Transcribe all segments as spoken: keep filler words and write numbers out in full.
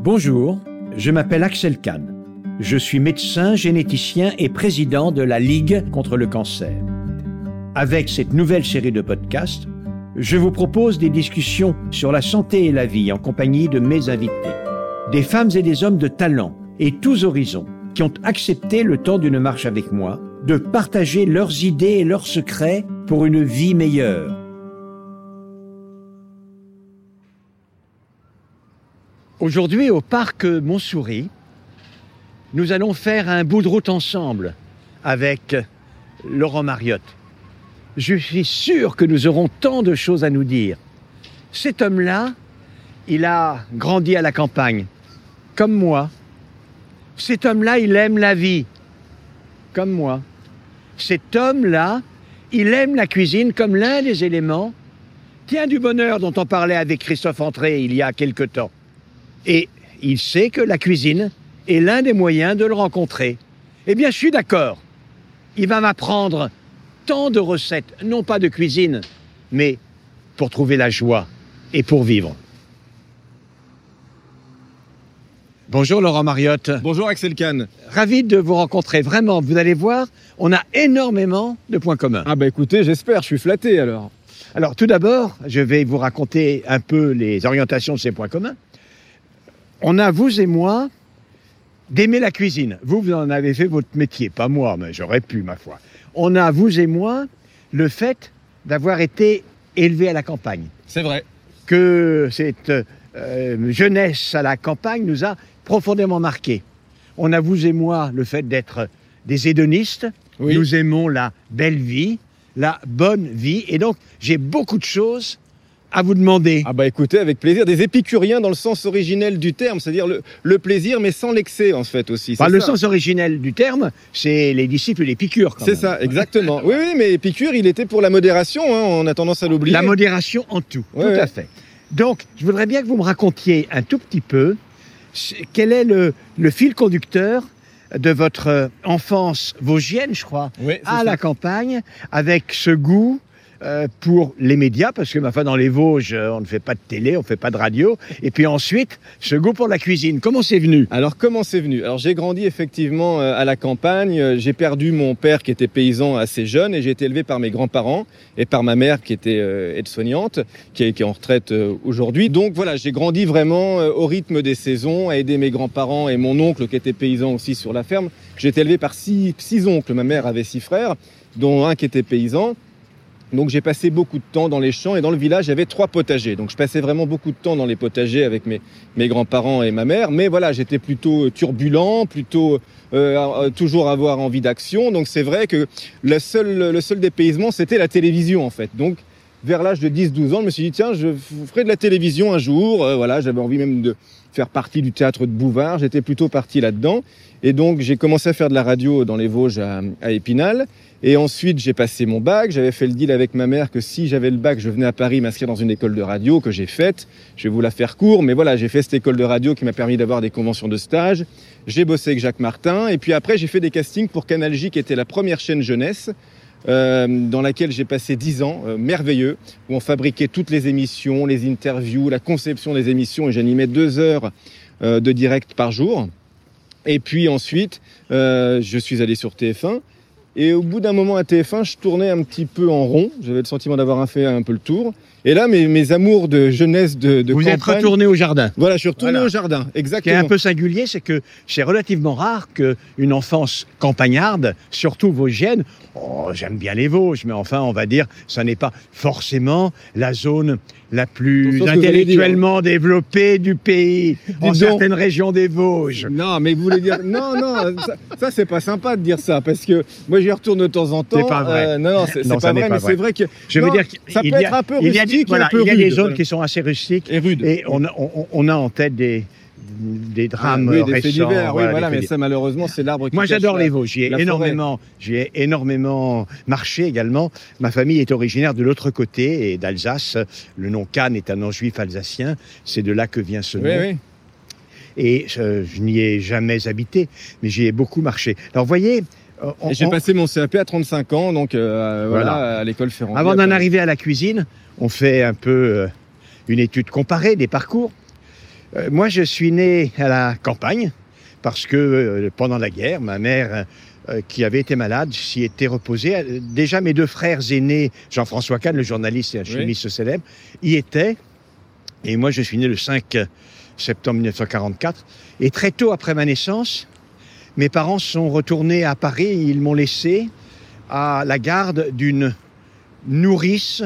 Bonjour, je m'appelle Axel Kahn. Je suis médecin, généticien et président de la Ligue contre le cancer. Avec cette nouvelle série de podcasts, je vous propose des discussions sur la santé et la vie en compagnie de mes invités. Des femmes et des hommes de talent et tous horizons qui ont accepté le temps d'une marche avec moi, de partager leurs idées et leurs secrets pour une vie meilleure. Aujourd'hui, au parc Montsouris, nous allons faire un bout de route ensemble avec Laurent Mariotte. Je suis sûr que nous aurons tant de choses à nous dire. Cet homme-là, il a grandi à la campagne, comme moi. Cet homme-là, il aime la vie, comme moi. Cet homme-là, il aime la cuisine comme l'un des éléments, tient du bonheur dont on parlait avec Christophe André il y a quelque temps. Et il sait que la cuisine est l'un des moyens de le rencontrer. Eh bien, je suis d'accord. Il va m'apprendre tant de recettes, non pas de cuisine, mais pour trouver la joie et pour vivre. Bonjour Laurent Mariotte. Bonjour Axel Kahn. Ravi de vous rencontrer, vraiment. Vous allez voir, on a énormément de points communs. Ah bah écoutez, j'espère, je suis flatté alors. Alors tout d'abord, je vais vous raconter un peu les orientations de ces points communs. On a, vous et moi, d'aimer la cuisine. Vous, vous en avez fait votre métier, pas moi, mais j'aurais pu, ma foi. On a, vous et moi, le fait d'avoir été élevés à la campagne. C'est vrai. Que cette euh, jeunesse à la campagne nous a profondément marqués. On a, vous et moi, le fait d'être des hédonistes. Oui. Nous aimons la belle vie, la bonne vie. Et donc, j'ai beaucoup de choses à vous demander. Ah bah écoutez, avec plaisir. Des épicuriens dans le sens originel du terme, c'est-à-dire le, le plaisir, mais sans l'excès en fait aussi. Bah, le sens originel du terme, c'est les disciples d'Épicure. C'est ça, exactement. oui, oui, mais Épicure, il était pour la modération, hein, on a tendance à l'oublier. La modération en tout, ouais, tout ouais. à fait. Donc, je voudrais bien que vous me racontiez un tout petit peu quel est le, le fil conducteur de votre enfance vosgienne, je crois, oui, à ça. La campagne, avec ce goût Euh, pour les médias, parce que ma foi, dans les Vosges, on ne fait pas de télé, on ne fait pas de radio. Et puis ensuite, ce goût pour la cuisine. Comment c'est venu ? Alors, comment c'est venu ? Alors, j'ai grandi effectivement euh, à la campagne. J'ai perdu mon père qui était paysan assez jeune et j'ai été élevé par mes grands-parents et par ma mère qui était euh, aide-soignante, qui est, qui est en retraite euh, aujourd'hui. Donc voilà, j'ai grandi vraiment euh, au rythme des saisons, à aider mes grands-parents et mon oncle qui était paysan aussi sur la ferme. J'ai été élevé par six, six oncles. Ma mère avait six frères, dont un qui était paysan. Donc j'ai passé beaucoup de temps dans les champs et dans le village, il y avait trois potagers. Donc je passais vraiment beaucoup de temps dans les potagers avec mes, mes grands-parents et ma mère. Mais voilà, j'étais plutôt turbulent, plutôt euh, toujours avoir envie d'action. Donc c'est vrai que le seul, le seul dépaysement, c'était la télévision en fait. Donc vers l'âge de dix douze ans, je me suis dit tiens, je ferai de la télévision un jour. Euh, voilà, j'avais envie même de faire partie du théâtre de Bouvard. J'étais plutôt parti là-dedans. Et donc j'ai commencé à faire de la radio dans les Vosges à, à Épinal. Et ensuite, j'ai passé mon bac. J'avais fait le deal avec ma mère que si j'avais le bac, je venais à Paris m'inscrire dans une école de radio que j'ai faite. Je vais vous la faire court, mais voilà, j'ai fait cette école de radio qui m'a permis d'avoir des conventions de stage. J'ai bossé avec Jacques Martin. Et puis après, j'ai fait des castings pour Canal J, qui était la première chaîne jeunesse, euh, dans laquelle j'ai passé dix ans, euh, merveilleux, où on fabriquait toutes les émissions, les interviews, la conception des émissions. Et j'animais deux heures euh, de direct par jour. Et puis ensuite, euh, je suis allé sur T F un. Et au bout d'un moment à T F un, je tournais un petit peu en rond. J'avais le sentiment d'avoir fait un peu le tour. Et là, mes, mes amours de jeunesse, de, de Vous campagne... Vous êtes retourné au jardin. Voilà, je suis retourné voilà. au jardin, exactement. Ce qui est un peu singulier, c'est que c'est relativement rare qu'une enfance campagnarde, surtout vosgienne, oh, j'aime bien les Vosges, mais enfin, on va dire, ça n'est pas forcément la zone la plus intellectuellement développée du pays, en donc. Certaines régions des Vosges. Non, mais vous voulez dire... Non, non, ça, ça c'est pas sympa de dire ça, parce que moi, j'y retourne de temps en temps. C'est pas vrai. Euh, non, non, c'est pas vrai, pas mais c'est vrai que... Je non, veux dire ça peut il y a, être un peu il y a, rustique voilà, et un peu il y a rude, des zones voilà. qui sont assez rustiques. Et rudes. Et on a, on, on a en tête des... des drames ah, oui, récents. Des faits divers, voilà, oui, voilà, mais faits ça, malheureusement, c'est l'arbre qui Moi, j'adore la, les Vosges. J'y ai énormément, j'y ai énormément marché également. Ma famille est originaire de l'autre côté, et d'Alsace. Le nom Kahn est un nom juif alsacien. C'est de là que vient ce nom. Oui, oui. Et je, je n'y ai jamais habité, mais j'y ai beaucoup marché. Alors, vous voyez... On, j'ai on... passé mon C A P à trente-cinq ans, donc euh, voilà. voilà, à l'école Ferrand. Avant d'en arriver à la cuisine, on fait un peu euh, une étude comparée des parcours. Euh, moi, je suis né à la campagne parce que euh, pendant la guerre, ma mère, euh, qui avait été malade, s'y était reposée. Déjà, mes deux frères aînés, Jean-François Kahn, le journaliste et un chimiste oui. célèbre, y étaient. Et moi, je suis né le cinq septembre mille neuf cent quarante-quatre. Et très tôt après ma naissance, mes parents sont retournés à Paris. Ils m'ont laissé à la garde d'une nourrice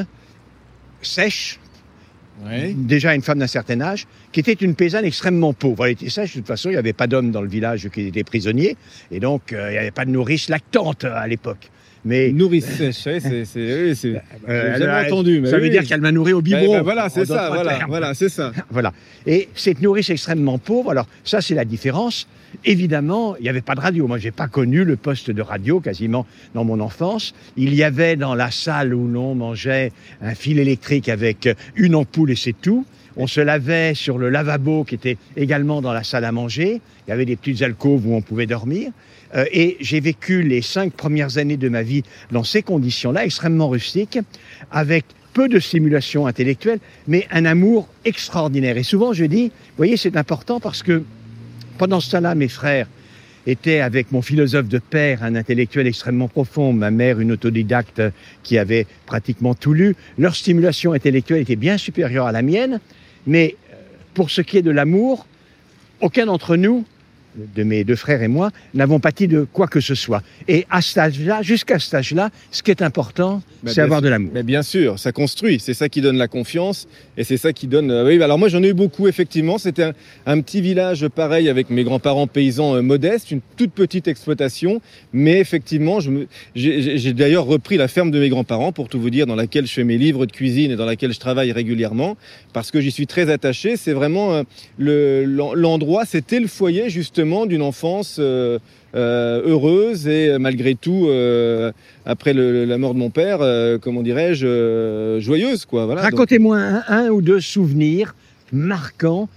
sèche, oui. déjà une femme d'un certain âge, qui était une paysanne extrêmement pauvre. Elle était sèche, de toute façon, il n'y avait pas d'hommes dans le village qui étaient prisonniers, et donc euh, il n'y avait pas de nourrice lactante à l'époque. Mais nourrice sèche, c'est, c'est, c'est, c'est euh, j'ai jamais entendu. Mais ça oui. veut dire qu'elle m'a nourri au biberon. Ben, ben voilà, c'est ça, voilà, voilà, c'est ça. Voilà. Et cette nourrice extrêmement pauvre, alors ça c'est la différence. Évidemment, il n'y avait pas de radio. Moi, je n'ai pas connu le poste de radio quasiment dans mon enfance. Il y avait dans la salle où l'on mangeait un fil électrique avec une ampoule et c'est tout. On se lavait sur le lavabo qui était également dans la salle à manger. Il y avait des petites alcôves où on pouvait dormir. Euh, et j'ai vécu les cinq premières années de ma vie dans ces conditions-là, extrêmement rustiques, avec peu de stimulation intellectuelle, mais un amour extraordinaire. Et souvent, je dis, vous voyez, c'est important parce que pendant ce temps-là, mes frères étaient avec mon philosophe de père, un intellectuel extrêmement profond, ma mère, une autodidacte qui avait pratiquement tout lu. Leur stimulation intellectuelle était bien supérieure à la mienne, mais pour ce qui est de l'amour, aucun d'entre nous, de mes deux frères et moi, n'avons pâti de quoi que ce soit. Et à cet âge-là, jusqu'à cet âge-là, ce qui est important, bah, c'est avoir sûr, de l'amour. Mais bien sûr, ça construit, c'est ça qui donne la confiance, et c'est ça qui donne... Euh, oui, alors moi j'en ai eu beaucoup, effectivement, c'était un, un petit village pareil avec mes grands-parents paysans euh, modestes, une toute petite exploitation, mais effectivement, je me, j'ai, j'ai d'ailleurs repris la ferme de mes grands-parents, pour tout vous dire, dans laquelle je fais mes livres de cuisine et dans laquelle je travaille régulièrement, parce que j'y suis très attaché, c'est vraiment euh, le, l'endroit, c'était le foyer, justement, d'une enfance euh, euh, heureuse et malgré tout, euh, après le, la mort de mon père, euh, comment dirais-je, euh, joyeuse, quoi. Voilà, racontez-moi donc... un, un ou deux souvenirs marquants,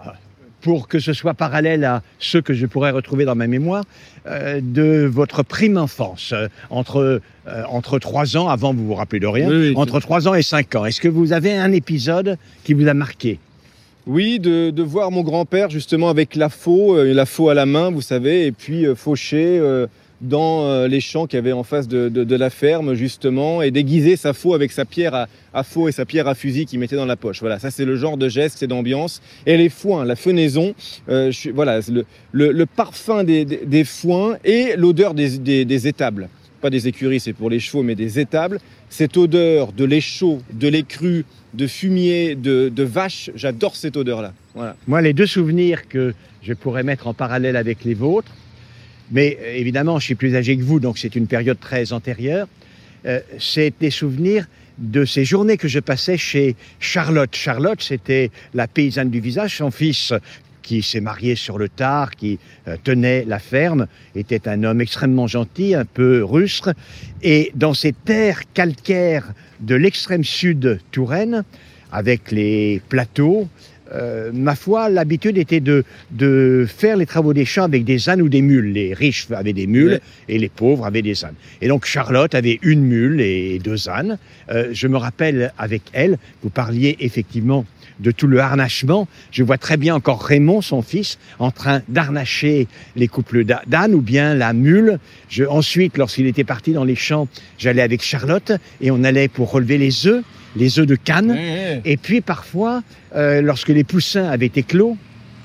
pour que ce soit parallèle à ceux que je pourrais retrouver dans ma mémoire, euh, de votre prime enfance, euh, entre, euh, entre trois ans, avant vous vous rappelez de rien, oui, oui, entre trois ans et cinq ans. Est-ce que vous avez un épisode qui vous a marqué ? Oui, de, de voir mon grand-père justement avec la faux, euh, la faux à la main, vous savez, et puis euh, faucher euh, dans euh, les champs qu'il y avait en face de, de, de la ferme justement, et déguiser sa faux avec sa pierre à, à faux et sa pierre à fusil qu'il mettait dans la poche. Voilà, ça c'est le genre de geste, c'est d'ambiance. Et les foins, la fenaison, euh, je, voilà, le, le, le parfum des, des, des foins et l'odeur des, des, des étables. Pas des écuries, c'est pour les chevaux, mais des étables. Cette odeur de lait chaud, de lait cru, de fumier, de, de vache, j'adore cette odeur-là. Voilà. Moi, les deux souvenirs que je pourrais mettre en parallèle avec les vôtres, mais euh, évidemment, je suis plus âgé que vous, donc c'est une période très antérieure, euh, c'est des souvenirs de ces journées que je passais chez Charlotte. Charlotte, c'était la paysanne du village, son fils qui s'est marié sur le tard, qui euh, tenait la ferme, était un homme extrêmement gentil, un peu rustre. Et dans ces terres calcaires de l'extrême sud Touraine, avec les plateaux, euh, ma foi, l'habitude était de, de faire les travaux des champs avec des ânes ou des mules. Les riches avaient des mules ouais. et les pauvres avaient des ânes. Et donc Charlotte avait une mule et deux ânes. Euh, je me rappelle avec elle, vous parliez effectivement de tout le harnachement. Je vois très bien encore Raymond, son fils, en train d'harnacher les couples d'ânes ou bien la mule. Je, ensuite, lorsqu'il était parti dans les champs, j'allais avec Charlotte et on allait pour relever les œufs, les œufs de canne. Oui, oui. Et puis parfois, euh, lorsque les poussins avaient éclos,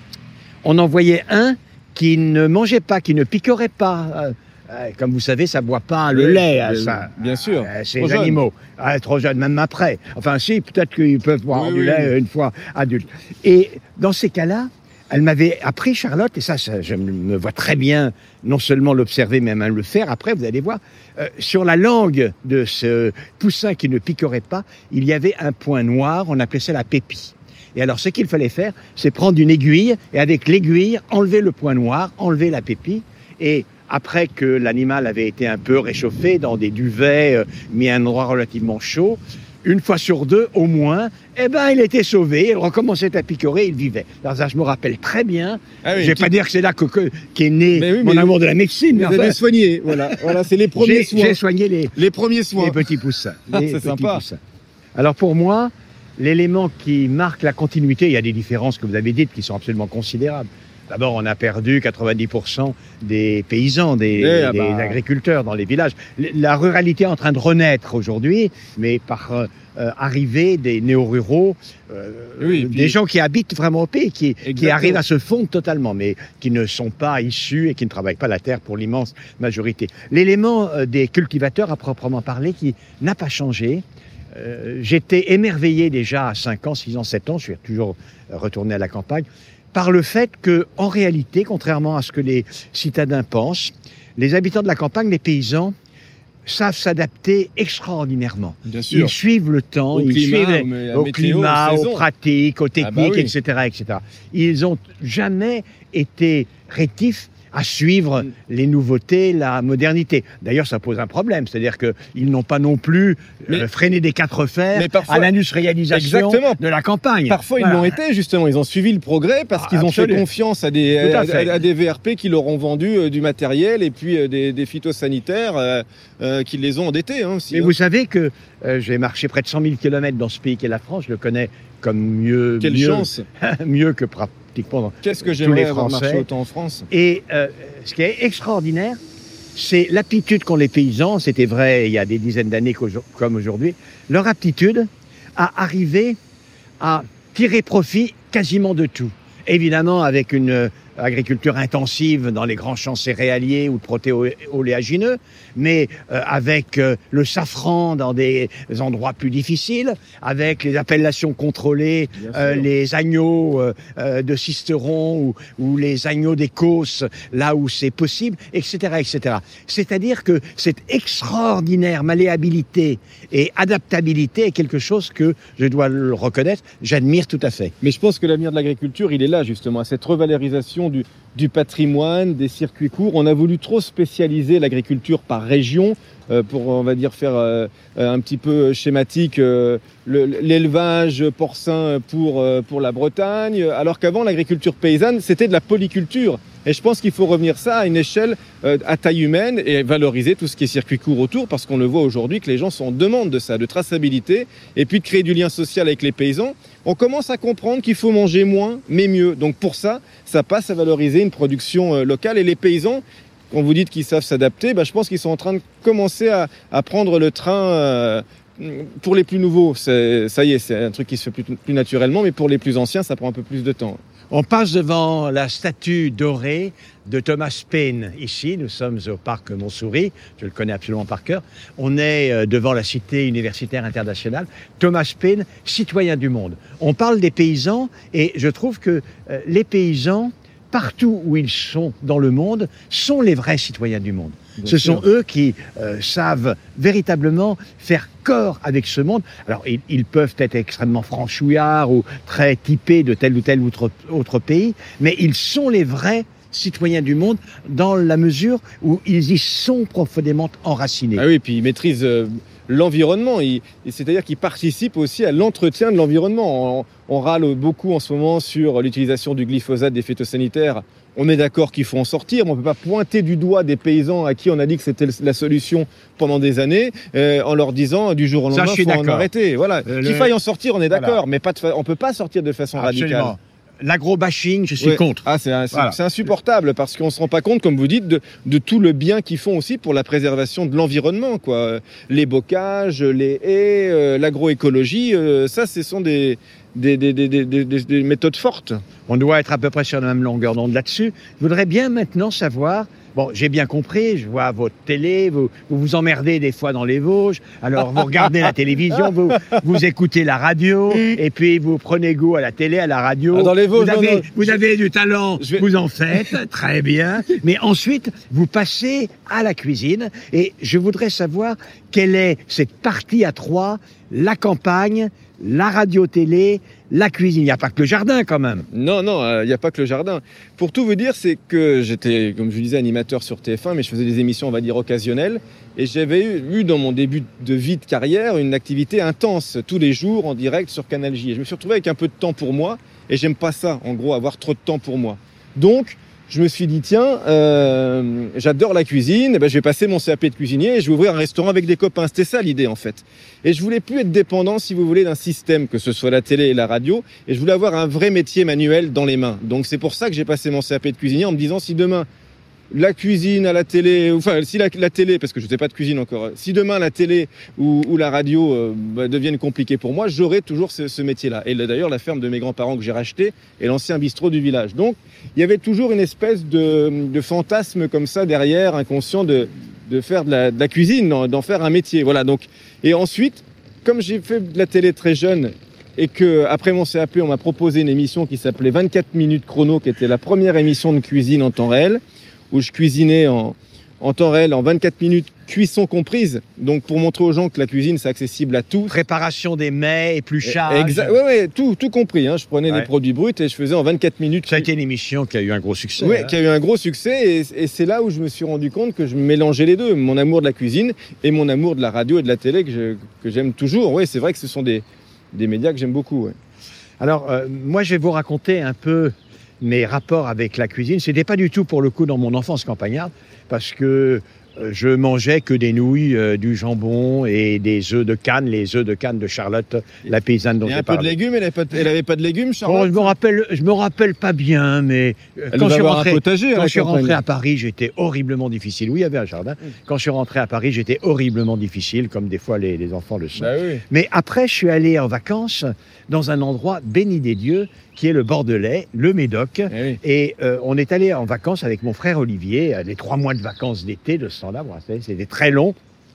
on en voyait un qui ne mangeait pas, qui ne picorait pas. Euh, Comme vous savez, ça ne boit pas le oui, lait. Bien, ça, bien sûr. Euh, ces animaux. Ah, trop jeunes, même après. Enfin, si, peut-être qu'ils peuvent boire oui, du oui, lait oui. une fois adultes. Et dans ces cas-là, elle m'avait appris, Charlotte, et ça, ça, je me vois très bien non seulement l'observer, mais même le faire. Après, vous allez voir, euh, sur la langue de ce poussin qui ne picorait pas, il y avait un point noir, on appelait ça la pépie. Et alors, ce qu'il fallait faire, c'est prendre une aiguille, et avec l'aiguille, enlever le point noir, enlever la pépie, et après que l'animal avait été un peu réchauffé dans des duvets, euh, mis à un endroit relativement chaud, une fois sur deux, au moins, eh ben, il était sauvé, il recommençait à picorer, il vivait. Alors ça, je me rappelle très bien. Ah oui, je ne vais tu... pas dire que c'est là que, que, qu'est né oui, mon amour de la médecine. Vous avez enfin, soigné, voilà. voilà, c'est les premiers j'ai, soins. J'ai soigné les, les premiers soins. Les petits poussins. Les c'est petits sympa. Poussins. Alors pour moi, l'élément qui marque la continuité, il y a des différences que vous avez dites qui sont absolument considérables. D'abord, on a perdu quatre-vingt-dix pour cent des paysans, des, eh, ah des bah... agriculteurs dans les villages. La ruralité est en train de renaître aujourd'hui, mais par euh, arrivée des néo-ruraux, euh, oui, puis... des gens qui habitent vraiment au pays, qui, qui arrivent à se fondre totalement, mais qui ne sont pas issus et qui ne travaillent pas la terre pour l'immense majorité. L'élément euh, des cultivateurs, à proprement parler, qui n'a pas changé. Euh, j'étais émerveillé déjà à cinq ans, six ans, sept ans, je suis toujours retourné à la campagne, par le fait que, en réalité, contrairement à ce que les citadins pensent, les habitants de la campagne, les paysans, savent s'adapter extraordinairement. Bien sûr. Ils suivent le temps, au ils climat, suivent les, au, météo, climat, aux pratiques, aux techniques, ah bah oui. et cetera, et cetera. Ils n'ont jamais été rétifs à suivre mm. les nouveautés, la modernité. D'ailleurs, ça pose un problème, c'est-à-dire qu'ils n'ont pas non plus mais, euh, freiné des quatre fers parfois, à l'industrialisation exactement. de la campagne. Parfois, voilà. ils l'ont été, justement. Ils ont suivi le progrès parce ah, qu'ils absolument. ont fait confiance à des, à, à, à des V R P qui leur ont vendu euh, du matériel et puis euh, des, des phytosanitaires euh, euh, qui les ont endettés. Hein, aussi, mais hein. vous savez que euh, j'ai marché près de cent mille kilomètres dans ce pays qu'est la France. Je le connais comme mieux, Quelle mieux, chance. mieux que pratiquement Qu'est-ce que j'aimerais avoir marché autant en France. Et euh, ce qui est extraordinaire, c'est l'aptitude qu'ont les paysans, c'était vrai il y a des dizaines d'années comme aujourd'hui, leur aptitude à arriver à tirer profit quasiment de tout. Évidemment, avec une euh, agriculture intensive dans les grands champs céréaliers ou protéoléagineux, mais euh, avec euh, le safran dans des endroits plus difficiles, avec les appellations contrôlées, euh, les agneaux euh, de Cisteron ou, ou les agneaux d'Écosse, là où c'est possible, et cetera, et cetera. C'est-à-dire que cette extraordinaire malléabilité et adaptabilité est quelque chose que, je dois le reconnaître, j'admire tout à fait. Mais je pense que l'avenir de l'agriculture, il est là justement, à cette revalorisation du, du patrimoine, des circuits courts. On a voulu trop spécialiser l'agriculture par région euh, pour, on va dire, faire euh, un petit peu schématique euh, le, l'élevage porcin pour, euh, pour la Bretagne, alors qu'avant, l'agriculture paysanne, c'était de la polyculture. Et je pense qu'il faut revenir ça à une échelle euh, à taille humaine et valoriser tout ce qui est circuit court autour, parce qu'on le voit aujourd'hui que les gens sont en demande de ça, de traçabilité, et puis de créer du lien social avec les paysans. On commence à comprendre qu'il faut manger moins, mais mieux. Donc pour ça, ça passe à valoriser une production euh, locale. Et les paysans, quand vous dites qu'ils savent s'adapter, bah, je pense qu'ils sont en train de commencer à, à prendre le train... Euh, pour les plus nouveaux, c'est, ça y est, c'est un truc qui se fait plus, plus naturellement, mais pour les plus anciens, ça prend un peu plus de temps. On passe devant la statue dorée de Thomas Paine. Ici, nous sommes au parc Montsouris, je le connais absolument par cœur. On est devant la cité universitaire internationale. Thomas Paine, citoyen du monde. On parle des paysans et je trouve que euh, les paysans, partout où ils sont dans le monde, sont les vrais citoyens du monde. Bien Ce sûr. sont eux qui euh, savent véritablement faire corps avec ce monde. Alors, ils, ils peuvent être extrêmement franchouillards ou très typés de tel ou tel autre, autre pays, mais ils sont les vrais citoyens du monde dans la mesure où ils y sont profondément enracinés. Ah oui, puis ils maîtrisent euh, l'environnement, ils, c'est-à-dire qu'ils participent aussi à l'entretien de l'environnement. On, on râle beaucoup en ce moment sur l'utilisation du glyphosate, des phytosanitaires. On est d'accord qu'il faut en sortir, mais on ne peut pas pointer du doigt des paysans à qui on a dit que c'était la solution pendant des années, euh, en leur disant du jour au lendemain, il faut en arrêter. Voilà. Euh, Qu'il le... faille en sortir, on est d'accord, voilà. mais pas de fa... on ne peut pas sortir de façon Absolument. radicale. L'agro-bashing, je suis ouais. contre. Ah, c'est, c'est, voilà. c'est insupportable parce qu'on ne se rend pas compte, comme vous dites, de, de tout le bien qu'ils font aussi pour la préservation de l'environnement, quoi. Les bocages, les haies, euh, l'agroécologie, euh, ça, ce sont des, des, des, des, des, des, des méthodes fortes. On doit être à peu près sur la même longueur d'onde là-dessus. Je voudrais bien maintenant savoir... Bon, j'ai bien compris, je vois votre télé, vous, vous vous emmerdez des fois dans les Vosges, alors vous regardez la télévision, vous, vous écoutez la radio, et puis vous prenez goût à la télé, à la radio. Ah, dans les Vosges, vous avez, non, non, vous je... avez du talent, vais... vous en faites, très bien, mais ensuite, vous passez à la cuisine, et je voudrais savoir quelle est cette partie à trois, la campagne, la radio-télé, la cuisine. Il n'y a pas que le jardin, quand même. Non, non, il euh, n'y a pas que le jardin. Pour tout vous dire, c'est que j'étais, comme je vous disais, animateur sur T F un, mais je faisais des émissions, on va dire, occasionnelles. Et j'avais eu, eu dans mon début de vie de carrière, une activité intense, tous les jours, en direct, sur Canal J. Et je me suis retrouvé avec un peu de temps pour moi. Et j'aime pas ça, en gros, avoir trop de temps pour moi. Donc, je me suis dit, tiens, euh, j'adore la cuisine, eh ben, je vais passer mon C A P de cuisinier et je vais ouvrir un restaurant avec des copains. C'était ça l'idée, en fait. Et je voulais plus être dépendant, si vous voulez, d'un système, que ce soit la télé et la radio. Et je voulais avoir un vrai métier manuel dans les mains. Donc, c'est pour ça que j'ai passé mon C A P de cuisinier en me disant, si demain, la cuisine à la télé, enfin, si la, la télé, parce que je ne sais pas de cuisine encore, si demain la télé ou, ou la radio euh, bah, deviennent compliquées pour moi, j'aurai toujours ce, ce métier-là. Et là, d'ailleurs, la ferme de mes grands-parents que j'ai rachetée est l'ancien bistrot du village. Donc, il y avait toujours une espèce de, de fantasme comme ça derrière, inconscient, de, de faire de la, de la cuisine, d'en faire un métier. Voilà. Donc, et ensuite, comme j'ai fait de la télé très jeune, et que après mon C A P, on m'a proposé une émission qui s'appelait vingt-quatre minutes chrono, qui était la première émission de cuisine en temps réel, où je cuisinais en, en temps réel, en vingt-quatre minutes, cuisson comprise. Donc, pour montrer aux gens que la cuisine, c'est accessible à tout. Préparation des mets, épluchage. Exact. Ouais, ouais, tout, tout compris. Hein. Je prenais ouais. des produits bruts et je faisais en vingt-quatre minutes. Ça a été une émission qui a eu un gros succès. Oui, hein. qui a eu un gros succès. Et, et c'est là où je me suis rendu compte que je mélangeais les deux. Mon amour de la cuisine et mon amour de la radio et de la télé que, je, que j'aime toujours. Oui, c'est vrai que ce sont des, des médias que j'aime beaucoup. Ouais. Alors, euh, moi, je vais vous raconter un peu mes rapports avec la cuisine. C'était pas du tout pour le coup dans mon enfance campagnarde, parce que euh, je mangeais que des nouilles, euh, du jambon et des œufs de Cannes, les œufs de Cannes de Charlotte, la paysanne dont j'ai parlé. Il y a un peu de légumes, elle avait pas de, elle avait pas de légumes, Charlotte. Bon, je me rappelle, je me rappelle pas bien, mais euh, quand je suis rentré, potager, quand hein, je suis rentré à Paris, j'étais horriblement difficile. Oui, il y avait un jardin. Mmh. Quand je suis rentré à Paris, j'étais horriblement difficile, comme des fois les, les enfants le sont. Bah oui. Mais après, je suis allé en vacances dans un endroit béni des dieux, qui est le Bordelais, le Médoc. Eh oui. Et euh, on est allé en vacances avec mon frère Olivier, les trois mois de vacances d'été de ce temps-là, c'était très long.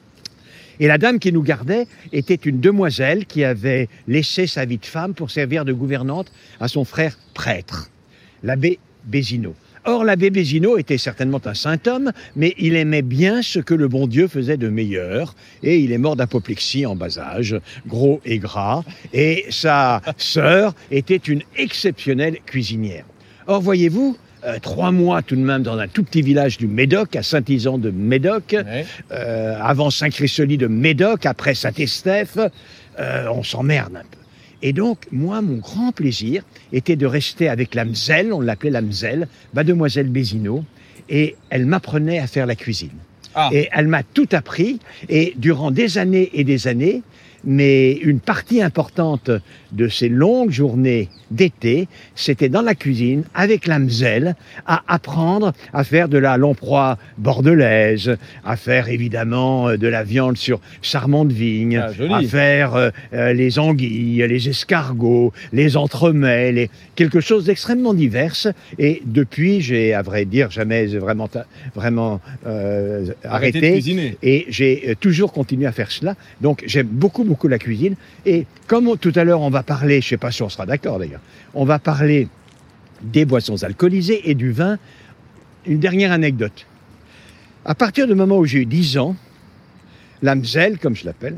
Et la dame qui nous gardait était une demoiselle qui avait laissé sa vie de femme pour servir de gouvernante à son frère prêtre, l'abbé Bézineau. Or, l'abbé Bézineau était certainement un saint homme, mais il aimait bien ce que le bon Dieu faisait de meilleur. Et il est mort d'apoplexie en bas âge, gros et gras. Et sa sœur était une exceptionnelle cuisinière. Or, voyez-vous, euh, trois mois tout de même dans un tout petit village du Médoc, à Saint-Isan de Médoc, ouais. euh, avant Saint-Christoli de Médoc, après Saint-Estèphe, euh, on s'emmerde un peu. Et donc, moi, mon grand plaisir était de rester avec la Mzelle, on l'appelait la Mzelle, mademoiselle Bézineau, et elle m'apprenait à faire la cuisine. Ah. Et elle m'a tout appris, et durant des années et des années, mais une partie importante de ces longues journées d'été, c'était dans la cuisine, avec la Mzelle, à apprendre à faire de la lamproie bordelaise, à faire évidemment de la viande sur sarment de vigne, ah, à faire euh, les anguilles, les escargots, les entremets, les... quelque chose d'extrêmement divers. Et depuis, j'ai, à vrai dire, jamais vraiment, vraiment euh, arrêté. De cuisiner. Et j'ai toujours continué à faire cela. Donc, j'aime beaucoup, beaucoup la cuisine. Et comme on, tout à l'heure, on va parler, je ne sais pas si on sera d'accord d'ailleurs, on va parler des boissons alcoolisées et du vin. Une dernière anecdote. À partir du moment où j'ai eu dix ans, la Mzelle, comme je l'appelle,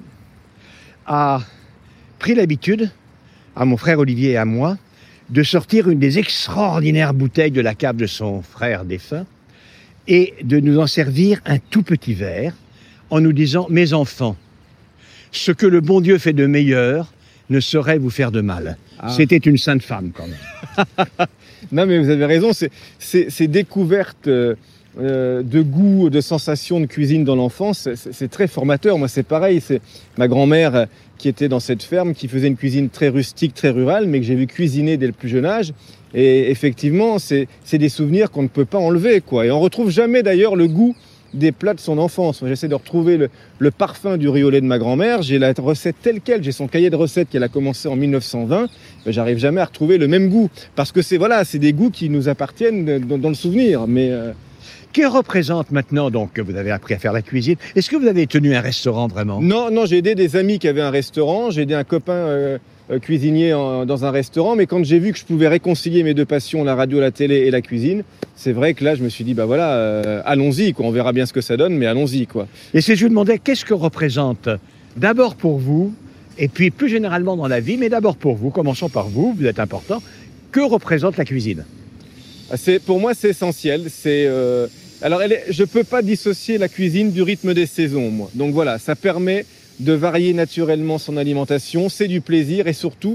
a pris l'habitude, à mon frère Olivier et à moi, de sortir une des extraordinaires bouteilles de la cave de son frère défunt et de nous en servir un tout petit verre en nous disant « Mes enfants, ce que le bon Dieu fait de meilleur ne saurait vous faire de mal. Ah. » C'était une sainte femme, quand même. Non, mais vous avez raison, c'est, c'est, ces découvertes euh, de goût, de sensations de cuisine dans l'enfance, c'est, c'est très formateur. Moi, c'est pareil, c'est ma grand-mère qui était dans cette ferme, qui faisait une cuisine très rustique, très rurale, mais que j'ai vu cuisiner dès le plus jeune âge. Et effectivement, c'est, c'est des souvenirs qu'on ne peut pas enlever, quoi. Et on retrouve jamais, d'ailleurs, le goût des plats de son enfance. Moi, j'essaie de retrouver le, le parfum du riz au lait de ma grand-mère. J'ai la recette telle quelle, j'ai son cahier de recettes qu'elle a commencé en mille neuf cent vingt. Mais j'arrive jamais à retrouver le même goût. Parce que c'est, voilà, c'est des goûts qui nous appartiennent dans, dans le souvenir. Mais... Euh... Que représente maintenant, donc, que vous avez appris à faire la cuisine? Est-ce que vous avez tenu un restaurant vraiment? Non, non, j'ai aidé des amis qui avaient un restaurant. J'ai aidé un copain euh, euh, cuisinier en, dans un restaurant. Mais quand j'ai vu que je pouvais réconcilier mes deux passions, la radio, la télé et la cuisine, c'est vrai que là, je me suis dit, bah voilà, euh, allons-y, quoi. On verra bien ce que ça donne, mais allons-y, quoi. Et si je vous demandais, qu'est-ce que représente, d'abord pour vous, et puis plus généralement dans la vie, mais d'abord pour vous, commençons par vous, vous êtes important, que représente la cuisine? C'est, pour moi, c'est essentiel. C'est, euh... Alors, elle est... je ne peux pas dissocier la cuisine du rythme des saisons, moi. Donc voilà, ça permet de varier naturellement son alimentation, c'est du plaisir et surtout,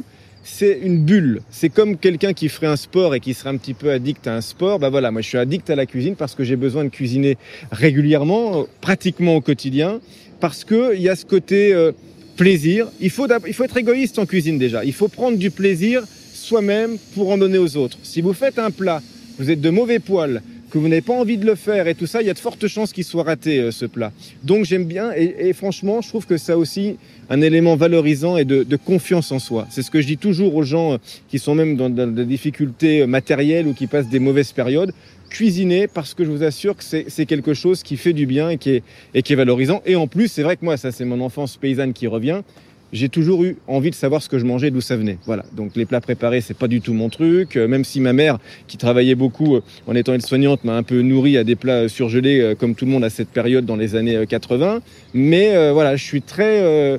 c'est une bulle. C'est comme quelqu'un qui ferait un sport et qui serait un petit peu addict à un sport. Bah voilà, moi je suis addict à la cuisine parce que j'ai besoin de cuisiner régulièrement, pratiquement au quotidien, parce que il y a ce côté euh, plaisir. Il faut, il faut être égoïste en cuisine déjà. Il faut prendre du plaisir soi-même pour en donner aux autres. Si vous faites un plat, vous êtes de mauvais poil, que vous n'avez pas envie de le faire et tout ça, il y a de fortes chances qu'il soit raté, euh, ce plat. Donc j'aime bien et, et franchement, je trouve que ça a aussi un élément valorisant et de, de confiance en soi. C'est ce que je dis toujours aux gens qui sont même dans, dans des difficultés matérielles ou qui passent des mauvaises périodes. Cuisiner, parce que je vous assure que c'est, c'est quelque chose qui fait du bien et qui est, et qui est valorisant. Et en plus, c'est vrai que moi, ça c'est mon enfance paysanne qui revient. J'ai toujours eu envie de savoir ce que je mangeais, d'où ça venait. Voilà. Donc les plats préparés, c'est pas du tout mon truc. Euh, même si ma mère, qui travaillait beaucoup euh, en étant aide-soignante, m'a un peu nourri à des plats surgelés, euh, comme tout le monde à cette période dans les années euh, quatre-vingts. Mais euh, voilà, je suis très euh,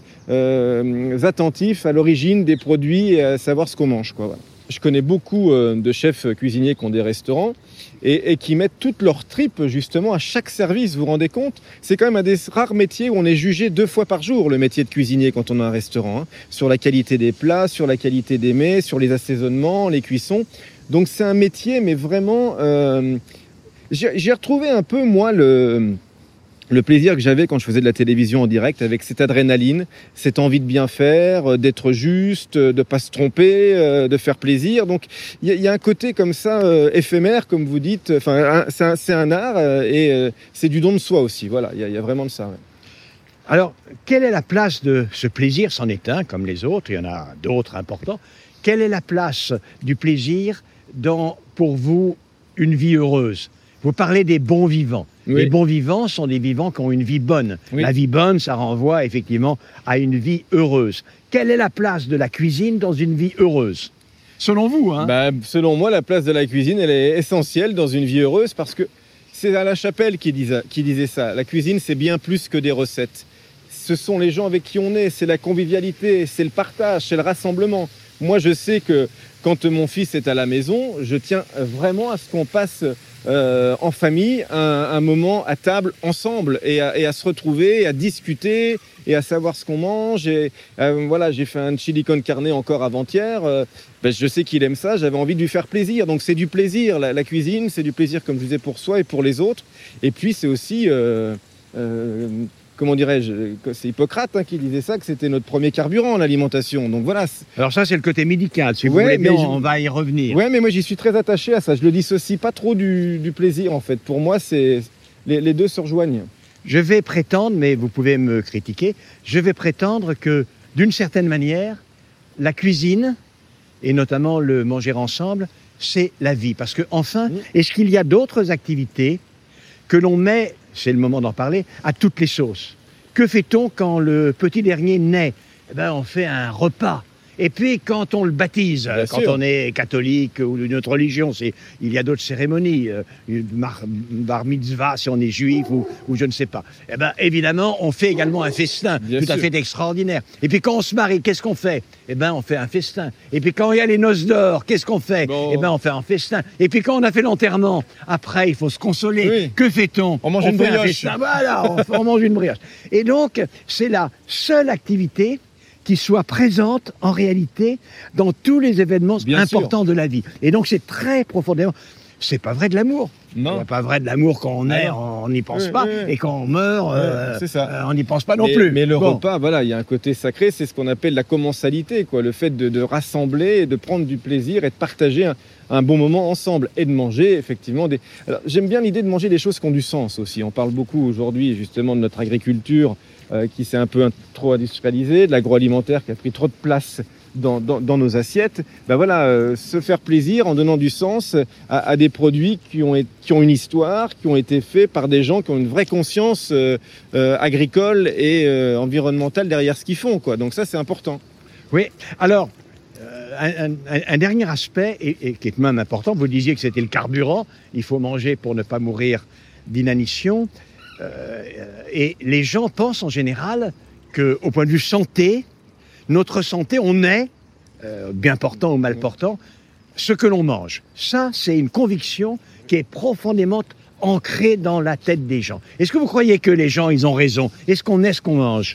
euh, attentif à l'origine des produits et à savoir ce qu'on mange, quoi. Voilà. Je connais beaucoup euh, de chefs cuisiniers qui ont des restaurants et, et qui mettent toutes leurs tripes justement à chaque service. Vous vous rendez compte ? C'est quand même un des rares métiers où on est jugé deux fois par jour, le métier de cuisinier quand on a un restaurant, hein, sur la qualité des plats, sur la qualité des mets, sur les assaisonnements, les cuissons. Donc c'est un métier, mais vraiment, euh, j'ai, j'ai retrouvé un peu moi le... le plaisir que j'avais quand je faisais de la télévision en direct, avec cette adrénaline, cette envie de bien faire, d'être juste, de ne pas se tromper, de faire plaisir. Donc il y, y a un côté comme ça euh, éphémère, comme vous dites. Enfin, c'est un, c'est un art euh, et euh, c'est du don de soi aussi. Voilà, il y, y a vraiment de ça. Ouais. Alors, quelle est la place de ce plaisir ? C'en est un, comme les autres, il y en a d'autres importants. Quelle est la place du plaisir dans, pour vous, une vie heureuse ? Vous parlez des bons vivants. Oui. Les bons vivants sont des vivants qui ont une vie bonne. Oui. La vie bonne, ça renvoie effectivement à une vie heureuse. Quelle est la place de la cuisine dans une vie heureuse ? Selon vous, hein ? Bah, selon moi, la place de la cuisine, elle est essentielle dans une vie heureuse parce que c'est Alain Chapelle qui disait, qui disait ça. La cuisine, c'est bien plus que des recettes. Ce sont les gens avec qui on est, c'est la convivialité, c'est le partage, c'est le rassemblement. Moi, je sais que quand mon fils est à la maison, je tiens vraiment à ce qu'on passe euh, en famille un, un moment à table ensemble et à, et à se retrouver, et à discuter et à savoir ce qu'on mange. Et, euh, voilà, j'ai fait un chili con carne encore avant-hier. Euh, ben, je sais qu'il aime ça, j'avais envie de lui faire plaisir. Donc c'est du plaisir, la, la cuisine, c'est du plaisir, comme je disais, pour soi et pour les autres. Et puis c'est aussi... Euh, euh, Comment dirais-je, c'est Hippocrate hein, qui disait ça, que c'était notre premier carburant, l'alimentation. Donc voilà. Alors ça, c'est le côté médical. Si vous ouais, voulez bien, je... on va y revenir. Oui, mais moi, j'y suis très attaché à ça. Je le dissocie pas trop du, du plaisir, en fait. Pour moi, c'est les, les deux se rejoignent. Je vais prétendre, mais vous pouvez me critiquer, je vais prétendre que, d'une certaine manière, la cuisine, et notamment le manger ensemble, c'est la vie. Parce que, enfin, mmh. est-ce qu'il y a d'autres activités que l'on met... c'est le moment d'en parler, à toutes les sauces. Que fait-on quand le petit dernier naît ? Eh ben, on fait un repas. Et puis, quand on le baptise, Bien quand sûr. on est catholique ou d'une autre religion, c'est, il y a d'autres cérémonies, euh, bar, bar mitzvah si on est juif ou, ou je ne sais pas. Eh ben, évidemment, on fait également un festin Bien tout sûr. à fait extraordinaire. Et puis, quand on se marie, qu'est-ce qu'on fait ? Eh ben, on fait un festin. Et puis, quand il y a les noces d'or, qu'est-ce qu'on fait ? Bon. Eh ben, on fait un festin. Et puis, quand on a fait l'enterrement, après, il faut se consoler. Oui. Que fait-on ? On mange on une fait brioche. Un festin. Voilà, on, on mange une brioche. Et donc, c'est la seule activité qui soit présente en réalité dans tous les événements Bien importants sûr. de la vie. Et donc c'est très profondément... C'est pas vrai de l'amour. Non. C'est pas vrai de l'amour quand on est, on n'y pense oui, pas. Oui, oui. Et quand on meurt, oui, euh, c'est ça. Euh, on n'y pense pas non mais, plus. Mais le bon. repas, voilà, il y a un côté sacré, c'est ce qu'on appelle la commensalité, quoi. Le fait de, de rassembler, et de prendre du plaisir et de partager un, un bon moment ensemble. Et de manger, effectivement, des... Alors, j'aime bien l'idée de manger des choses qui ont du sens aussi. On parle beaucoup aujourd'hui, justement, de notre agriculture euh, qui s'est un peu trop industrialisée, de l'agroalimentaire qui a pris trop de place Dans, dans, dans nos assiettes, ben voilà, euh, se faire plaisir en donnant du sens à, à des produits qui ont, qui ont une histoire, qui ont été faits par des gens qui ont une vraie conscience euh, euh, agricole et euh, environnementale derrière ce qu'ils font, quoi. Donc ça, c'est important. Oui, alors, euh, un, un, un dernier aspect, et, et qui est même important, vous disiez que c'était le carburant, il faut manger pour ne pas mourir d'inanition, euh, et les gens pensent en général qu'au point de vue santé, notre santé, on est, euh, bien portant ou mal portant, ce que l'on mange. Ça, c'est une conviction qui est profondément ancrée dans la tête des gens. Est-ce que vous croyez que les gens, ils ont raison ? Est-ce qu'on est ce qu'on mange ?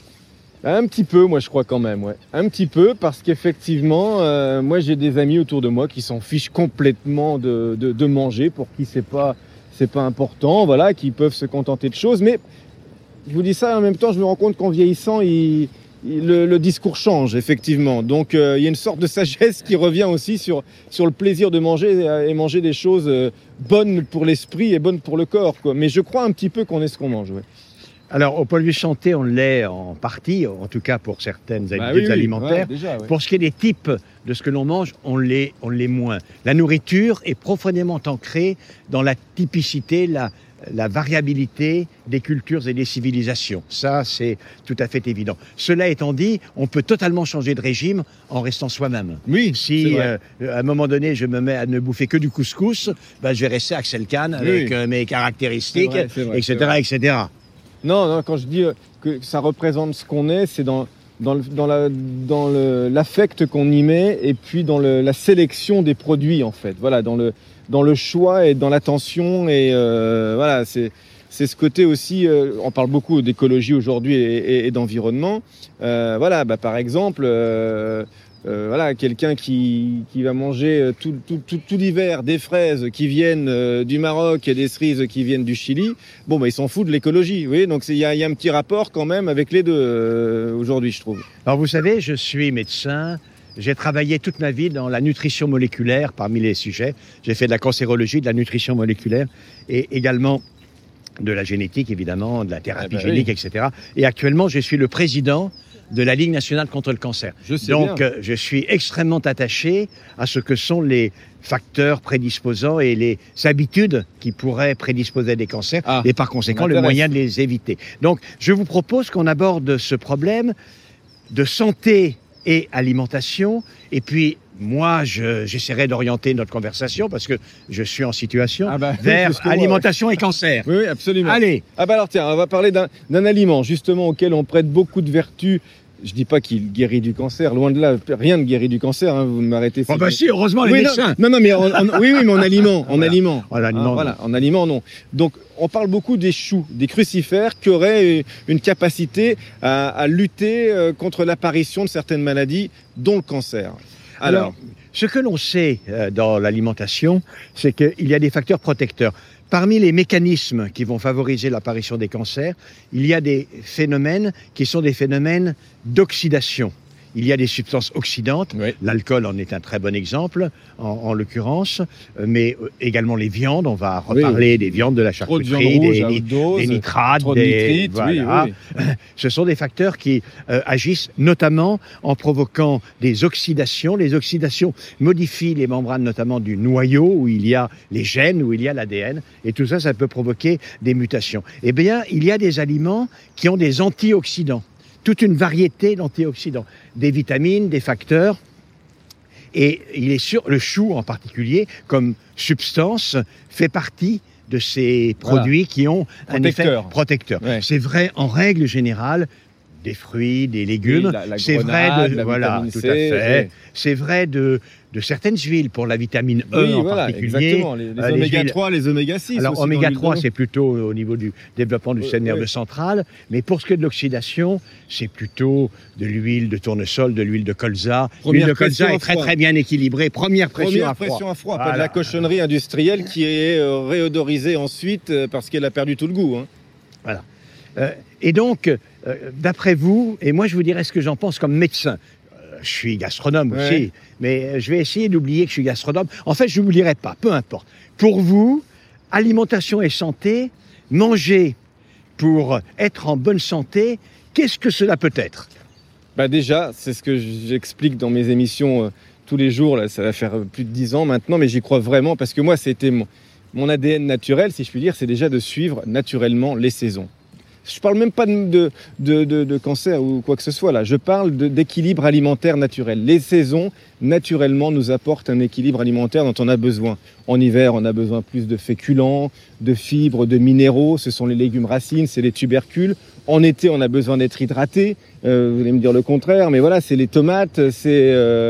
Un petit peu, moi je crois quand même, ouais. Un petit peu, parce qu'effectivement, euh, moi j'ai des amis autour de moi qui s'en fichent complètement de, de, de manger, pour qui c'est pas, c'est pas important, voilà, qui peuvent se contenter de choses. Mais je vous dis ça, en même temps, je me rends compte qu'en vieillissant, il, il, le, le discours change, effectivement. Donc euh, il y a une sorte de sagesse qui revient aussi sur, sur le plaisir de manger et manger des choses euh, bonnes pour l'esprit et bonnes pour le corps, quoi. Mais je crois un petit peu qu'on est ce qu'on mange, ouais. Alors, au point de vue santé, on l'est en partie, en tout cas pour certaines habitudes bah oui, oui. alimentaires. Ouais, déjà, ouais. Pour ce qui est des types de ce que l'on mange, on l'est, on l'est moins. La nourriture est profondément ancrée dans la typicité, la, la variabilité des cultures et des civilisations. Ça, c'est tout à fait évident. Cela étant dit, on peut totalement changer de régime en restant soi-même. Oui, si euh, à un moment donné, je me mets à ne bouffer que du couscous, ben, je vais rester Axel Kahn avec oui. euh, mes caractéristiques, c'est vrai, c'est vrai, et cetera, et cetera. Non, non, quand je dis que ça représente ce qu'on est, c'est dans, dans, le, dans, la, dans le, l'affect qu'on y met et puis dans le, la sélection des produits, en fait. Voilà, dans le, dans le choix et dans l'attention. Et euh, voilà, c'est, c'est ce côté aussi. Euh, on parle beaucoup d'écologie aujourd'hui et, et, et d'environnement. Euh, voilà, bah, par exemple. Euh, Euh, voilà, quelqu'un qui, qui va manger tout, tout, tout, tout l'hiver des fraises qui viennent euh, du Maroc et des cerises qui viennent du Chili, bon, bah, il s'en fout de l'écologie. Vous voyez, donc il y, y a un petit rapport quand même avec les deux euh, aujourd'hui, je trouve. Alors vous savez, je suis médecin. J'ai travaillé toute ma vie dans la nutrition moléculaire parmi les sujets. J'ai fait de la cancérologie, de la nutrition moléculaire et également de la génétique, évidemment, de la thérapie ah ben génique, oui. et cetera. Et actuellement, je suis le président de la Ligue nationale contre le cancer. Je sais Donc, bien. Euh, je suis extrêmement attaché à ce que sont les facteurs prédisposants et les habitudes qui pourraient prédisposer à des cancers ah, et par conséquent le moyen de les éviter. Donc, je vous propose qu'on aborde ce problème de santé et alimentation. Et puis, moi, je, j'essaierai d'orienter notre conversation parce que je suis en situation ah bah, vers oui, alimentation moi, ouais. et cancer. Oui, oui, absolument. Allez. Ah bah alors tiens, on va parler d'un, d'un aliment justement auquel on prête beaucoup de vertus. Je dis pas qu'il guérit du cancer, loin de là, rien ne guérit du cancer, hein, vous m'arrêtez. Oh bah si, heureusement les oui, médecins. Non, non, mais en, en, oui, oui, mais en aliment, en voilà. aliment. En aliment, ah, voilà, en aliment, non. Donc, on parle beaucoup des choux, des crucifères qui auraient une capacité à, à lutter contre l'apparition de certaines maladies, dont le cancer. Alors, Alors ce que l'on sait euh, dans l'alimentation, c'est qu'il y a des facteurs protecteurs. Parmi les mécanismes qui vont favoriser l'apparition des cancers, il y a des phénomènes qui sont des phénomènes d'oxydation. Il y a des substances oxydantes, oui. L'alcool en est un très bon exemple, en, en l'occurrence, mais également les viandes, on va reparler oui. des viandes, de la charcuterie, de des, rouge, ni, dose, des nitrates, trop des, de nitrites, voilà. oui, oui. Ce sont des facteurs qui euh, agissent notamment en provoquant des oxydations. Les oxydations modifient les membranes notamment du noyau, où il y a les gènes, où il y a l'A D N, et tout ça, ça peut provoquer des mutations. Eh bien, il y a des aliments qui ont des antioxydants. Toute une variété d'antioxydants, des vitamines, des facteurs. Et il est sûr, le chou en particulier, comme substance, fait partie de ces produits voilà. qui ont un protecteur. effet protecteur. Ouais. C'est vrai en règle générale des fruits, des légumes. Oui, la, la c'est grenade, vrai de la voilà, vitamine tout C, à fait. oui. C'est vrai de de certaines huiles pour la vitamine E oui, en voilà, particulier. Exactement. Les, les euh, oméga trois, les oméga six. Alors oméga trois, c'est plutôt au niveau du développement du système nerveux central, mais pour ce qui est de l'oxydation, c'est plutôt de l'huile de tournesol, de l'huile de colza. L'huile de colza est très très bien équilibrée. Première pression Première à froid. pression à froid, voilà. Pas de la cochonnerie industrielle qui est euh, réodorisée ensuite euh, parce qu'elle a perdu tout le goût. Hein. Voilà. Euh, et donc, euh, d'après vous, et moi je vous dirais ce que j'en pense comme médecin. Je suis gastronome aussi, ouais. mais je vais essayer d'oublier que je suis gastronome. En fait, je ne l'oublierai pas, peu importe. Pour vous, alimentation et santé, manger pour être en bonne santé, qu'est-ce que cela peut être ? Bah déjà, c'est ce que j'explique dans mes émissions euh, tous les jours. Là, ça va faire plus de dix ans maintenant, mais j'y crois vraiment parce que moi, c'était mon, mon A D N naturel, si je puis dire, c'est déjà de suivre naturellement les saisons. Je parle même pas de, de, de, de cancer ou quoi que ce soit là. Je parle de, d'équilibre alimentaire naturel. Les saisons, naturellement, nous apportent un équilibre alimentaire dont on a besoin. En hiver, on a besoin plus de féculents, de fibres, de minéraux. Ce sont les légumes racines, c'est les tubercules. En été, on a besoin d'être hydraté. Euh, vous allez me dire le contraire, mais voilà, c'est les tomates, c'est... Euh,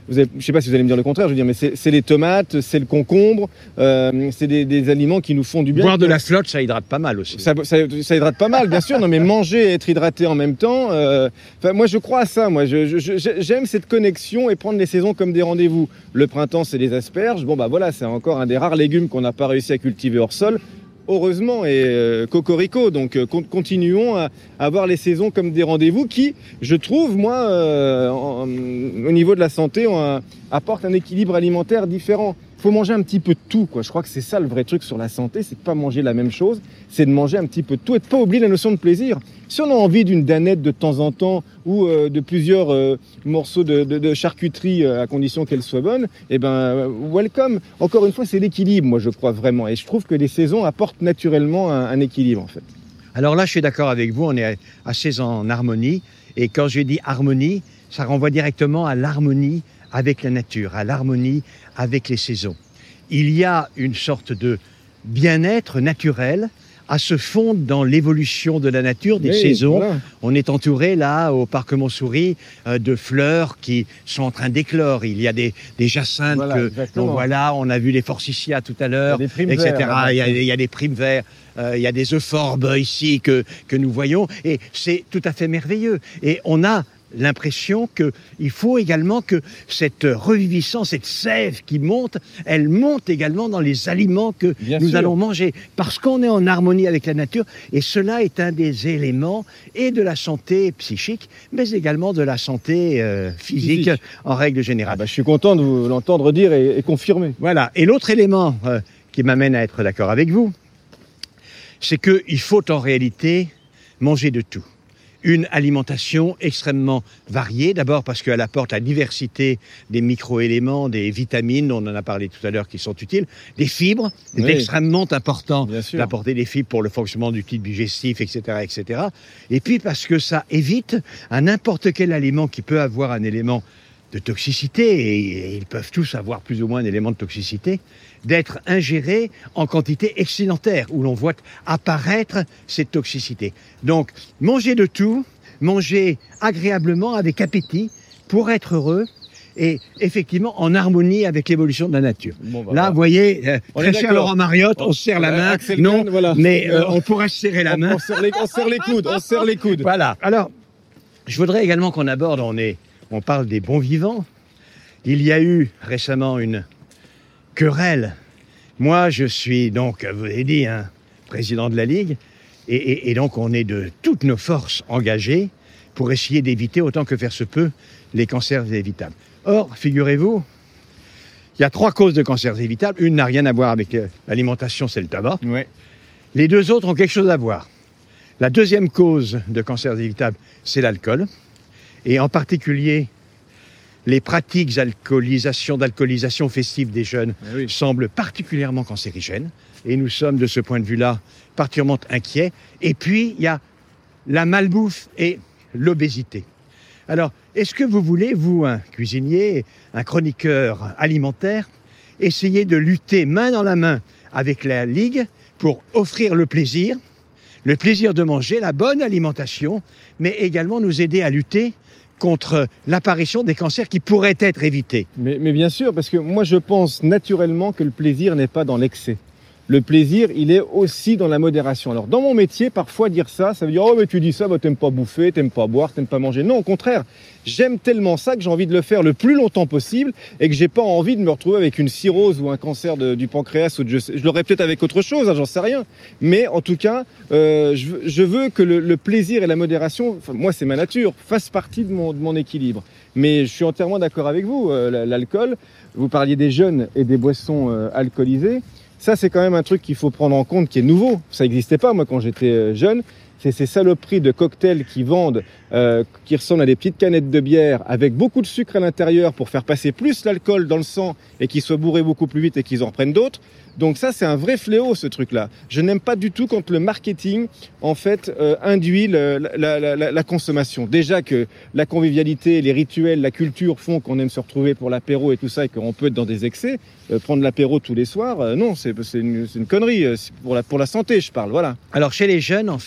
vous avez, je ne sais pas si vous allez me dire le contraire, je veux dire, mais c'est, c'est les tomates, c'est le concombre, euh, c'est des, des aliments qui nous font du bien. Boire de la flotte, ça hydrate pas mal aussi. Ça, ça, ça hydrate pas mal, bien sûr, non, mais manger et être hydraté en même temps, euh, moi je crois à ça, moi, je, je, j'aime cette connexion et prendre les saisons comme des rendez-vous. Le printemps, c'est les asperges, bon bah voilà, c'est encore un des rares légumes qu'on n'a pas réussi à cultiver hors sol. Heureusement, et euh, cocorico, donc euh, continuons à, à avoir les saisons comme des rendez-vous qui, je trouve, moi, euh, en, au niveau de la santé, on, apportent un équilibre alimentaire différent. Il faut manger un petit peu de tout, quoi. Je crois que c'est ça le vrai truc sur la santé, c'est de pas manger la même chose, c'est de manger un petit peu de tout et de pas oublier la notion de plaisir. Si on a envie d'une danette de temps en temps ou euh, de plusieurs euh, morceaux de, de, de charcuterie euh, à condition qu'elle soit bonne, eh ben euh, welcome. Encore une fois, c'est l'équilibre, moi je crois vraiment, et je trouve que les saisons apportent naturellement un, un équilibre en fait. Alors là, je suis d'accord avec vous, on est assez en harmonie, et quand je dis harmonie, ça renvoie directement à l'harmonie avec la nature, à l'harmonie avec les saisons. Il y a une sorte de bien-être naturel à se fondre dans l'évolution de la nature, des oui, saisons. Voilà. On est entouré là, au parc Montsouris, euh, de fleurs qui sont en train d'éclore. Il y a des, des jacinthes voilà, que l'on voit là, on a vu les forsythias tout à l'heure, et cetera. Il y a, il y a des primes verts, euh, il y a des euphorbes ici que, que nous voyons, et c'est tout à fait merveilleux. Et on a l'impression qu'il faut également que cette reviviscence, cette sève qui monte, elle monte également dans les aliments que Bien nous sûr. allons manger, parce qu'on est en harmonie avec la nature, et cela est un des éléments et de la santé psychique, mais également de la santé euh, physique, physique en règle générale. Ah bah, je suis content de vous l'entendre dire et, et confirmer. Voilà. Et l'autre élément euh, qui m'amène à être d'accord avec vous, c'est qu'il faut en réalité manger de tout. Une alimentation extrêmement variée, d'abord parce qu'elle apporte la diversité des micro-éléments, des vitamines, on en a parlé tout à l'heure, qui sont utiles, des fibres, c'est oui. extrêmement important d'apporter des fibres pour le fonctionnement du tube digestif, et cetera, et cetera. Et puis parce que ça évite à n'importe quel aliment qui peut avoir un élément de toxicité, et ils peuvent tous avoir plus ou moins un élément de toxicité, d'être ingérés en quantité excédentaire, où l'on voit apparaître cette toxicité. Donc, manger de tout, manger agréablement, avec appétit, pour être heureux, et effectivement en harmonie avec l'évolution de la nature. Bon, bah, là, vous voyez, euh, très cher Laurent Mariotte, on, on se serre la main, Axel non, Kahn, voilà. mais euh, on pourrait se serrer la main. On serre les, on serre les coudes, on serre les coudes. Voilà. Alors, je voudrais également qu'on aborde, on est On parle des bons vivants. Il y a eu récemment une querelle. Moi, je suis donc, vous l'avez dit, hein, président de la Ligue. Et, et, et donc, on est de toutes nos forces engagées pour essayer d'éviter, autant que faire se peut, les cancers évitables. Or, figurez-vous, il y a trois causes de cancers évitables. Une n'a rien à voir avec l'alimentation, c'est le tabac. Ouais. Les deux autres ont quelque chose à voir. La deuxième cause de cancers évitables, c'est l'alcool. Et en particulier, les pratiques d'alcoolisation, d'alcoolisation festive des jeunes ah oui. semblent particulièrement cancérigènes. Et nous sommes, de ce point de vue-là, particulièrement inquiets. Et puis, il y a la malbouffe et l'obésité. Alors, est-ce que vous voulez, vous, un cuisinier, un chroniqueur alimentaire, essayer de lutter main dans la main avec la Ligue pour offrir le plaisir, le plaisir de manger, la bonne alimentation, mais également nous aider à lutter contre l'apparition des cancers qui pourraient être évités. Mais, mais bien sûr, parce que moi je pense naturellement que le plaisir n'est pas dans l'excès. Le plaisir, il est aussi dans la modération. Alors dans mon métier, parfois dire ça, ça veut dire « Oh mais tu dis ça, bah, t'aimes pas bouffer, t'aimes pas boire, t'aimes pas manger ». Non, au contraire, j'aime tellement ça que j'ai envie de le faire le plus longtemps possible et que j'ai pas envie de me retrouver avec une cirrhose ou un cancer de, du pancréas. Ou de, je, je l'aurais peut-être avec autre chose, hein, j'en sais rien. Mais en tout cas, euh, je, je veux que le, le plaisir et la modération, enfin, moi c'est ma nature, fassent partie de mon, de mon équilibre. Mais je suis entièrement d'accord avec vous, euh, l'alcool, vous parliez des jeunes et des boissons euh, alcoolisées. Ça, c'est quand même un truc qu'il faut prendre en compte, qui est nouveau. Ça n'existait pas, moi, quand j'étais jeune. C'est ces saloperies de cocktails qui vendent, euh, qui ressemblent à des petites canettes de bière avec beaucoup de sucre à l'intérieur pour faire passer plus l'alcool dans le sang et qu'ils soient bourrés beaucoup plus vite et qu'ils en reprennent d'autres. Donc ça, c'est un vrai fléau, ce truc-là. Je n'aime pas du tout quand le marketing, en fait, euh, induit le, la, la, la, la consommation. Déjà que la convivialité, les rituels, la culture font qu'on aime se retrouver pour l'apéro et tout ça et qu'on peut être dans des excès. Euh, prendre l'apéro tous les soirs, euh, non, c'est, c'est, une, c'est une connerie. C'est pour la, pour la santé, je parle, voilà. Alors, chez les jeunes, en fait, vous avez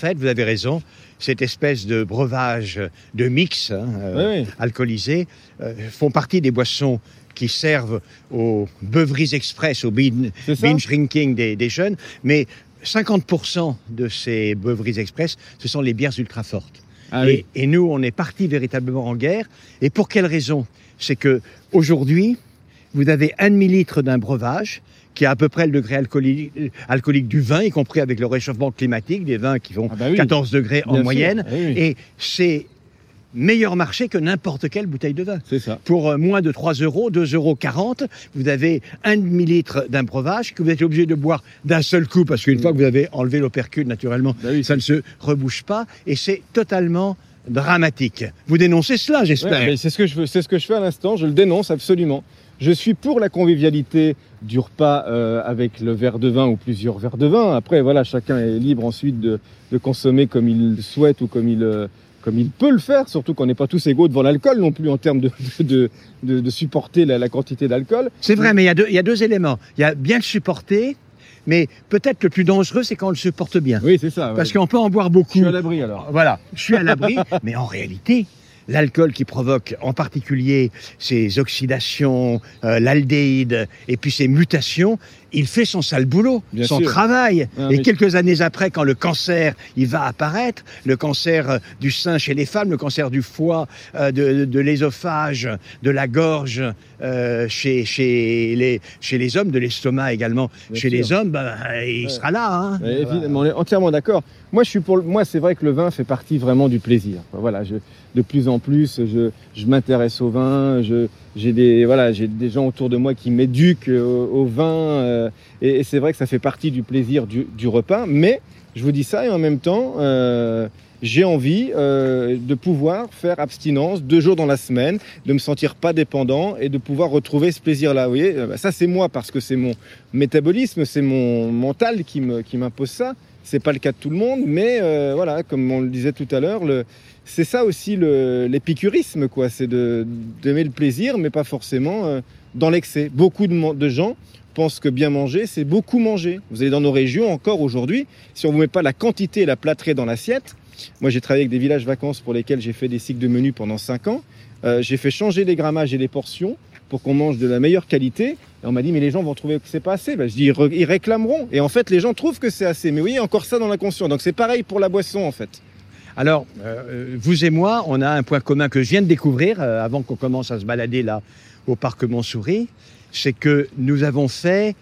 avez raison. Cette espèce de breuvage de mix hein, euh, oui, oui. alcoolisé euh, font partie des boissons qui servent aux beuveries express, au binge, binge drinking des, des jeunes. Mais cinquante pour cent de ces beuveries express, ce sont les bières ultra fortes. Ah, et, oui. et nous, on est partis véritablement en guerre. Et pour quelle raison? C'est que aujourd'hui, vous avez un demi-litre d'un breuvage qui a à peu près le degré alcoolique, alcoolique du vin, y compris avec le réchauffement climatique, des vins qui font ah bah oui. quatorze degrés en Bien moyenne. Eh oui. Et c'est meilleur marché que n'importe quelle bouteille de vin. C'est ça. Pour euh, moins de trois euros, deux euros quarante, vous avez un demi-litre d'un breuvage que vous êtes obligé de boire d'un seul coup, parce qu'une mmh. fois que vous avez enlevé l'opercule, naturellement, bah oui, ça ne se rebouche pas. Et c'est totalement dramatique. Vous dénoncez cela, j'espère. Ouais, c'est ce que je veux, c'est ce que je fais à l'instant, je le dénonce absolument. Je suis pour la convivialité du repas euh, avec le verre de vin ou plusieurs verres de vin. Après, voilà, chacun est libre ensuite de, de consommer comme il souhaite ou comme il, euh, comme il peut le faire, surtout qu'on n'est pas tous égaux devant l'alcool non plus en termes de, de, de, de supporter la, la quantité d'alcool. C'est vrai, mais il y a deux, il y a deux éléments. Il y a bien le supporter, mais peut-être le plus dangereux, c'est quand on le supporte bien. Oui, c'est ça. Ouais. Parce qu'on peut en boire beaucoup. Je suis à l'abri alors. Voilà, je suis à l'abri, mais en réalité... L'alcool qui provoque en particulier ces oxydations, euh, l'aldéhyde et puis ces mutations, il fait son sale boulot, Bien son sûr. travail. Ah, et quelques années après, quand le cancer il va apparaître, le cancer du sein chez les femmes, le cancer du foie, euh, de, de l'ésophage, de la gorge euh, chez, chez, les, chez les hommes, de l'estomac également Bien chez sûr. les hommes, bah, il ouais. sera là. Hein. Ouais, évidemment, on est entièrement d'accord. Moi, je suis pour. Moi, c'est vrai que le vin fait partie vraiment du plaisir. Voilà, je, de plus en plus, je, je m'intéresse au vin. Je, j'ai des, voilà, j'ai des gens autour de moi qui m'éduquent au, au vin, euh, et, et c'est vrai que ça fait partie du plaisir du, du repas. Mais je vous dis ça, et en même temps, euh, j'ai envie euh, de pouvoir faire abstinence deux jours dans la semaine, de me sentir pas dépendant et de pouvoir retrouver ce plaisir-là. Vous voyez, ça c'est moi parce que c'est mon métabolisme, c'est mon mental qui me, qui m'impose ça. C'est pas le cas de tout le monde, mais euh, voilà, comme on le disait tout à l'heure, le, c'est ça aussi le, l'épicurisme, quoi. C'est de, d'aimer le plaisir, mais pas forcément euh, dans l'excès. Beaucoup de, de gens pensent que bien manger, c'est beaucoup manger. Vous allez dans nos régions, encore aujourd'hui, si on ne vous met pas la quantité et la plâtrée dans l'assiette. Moi, j'ai travaillé avec des villages vacances pour lesquels j'ai fait des cycles de menus pendant cinq ans. Euh, j'ai fait changer les grammages et les portions pour qu'on mange de la meilleure qualité. Et on m'a dit, mais les gens vont trouver que c'est pas assez. Ben, je dis, ils, re- ils réclameront. Et en fait, les gens trouvent que c'est assez. Mais oui, encore ça dans l'inconscient. Donc c'est pareil pour la boisson, en fait. Alors, euh, vous et moi, on a un point commun que je viens de découvrir euh, avant qu'on commence à se balader là au parc Montsouris. C'est que nous avons fait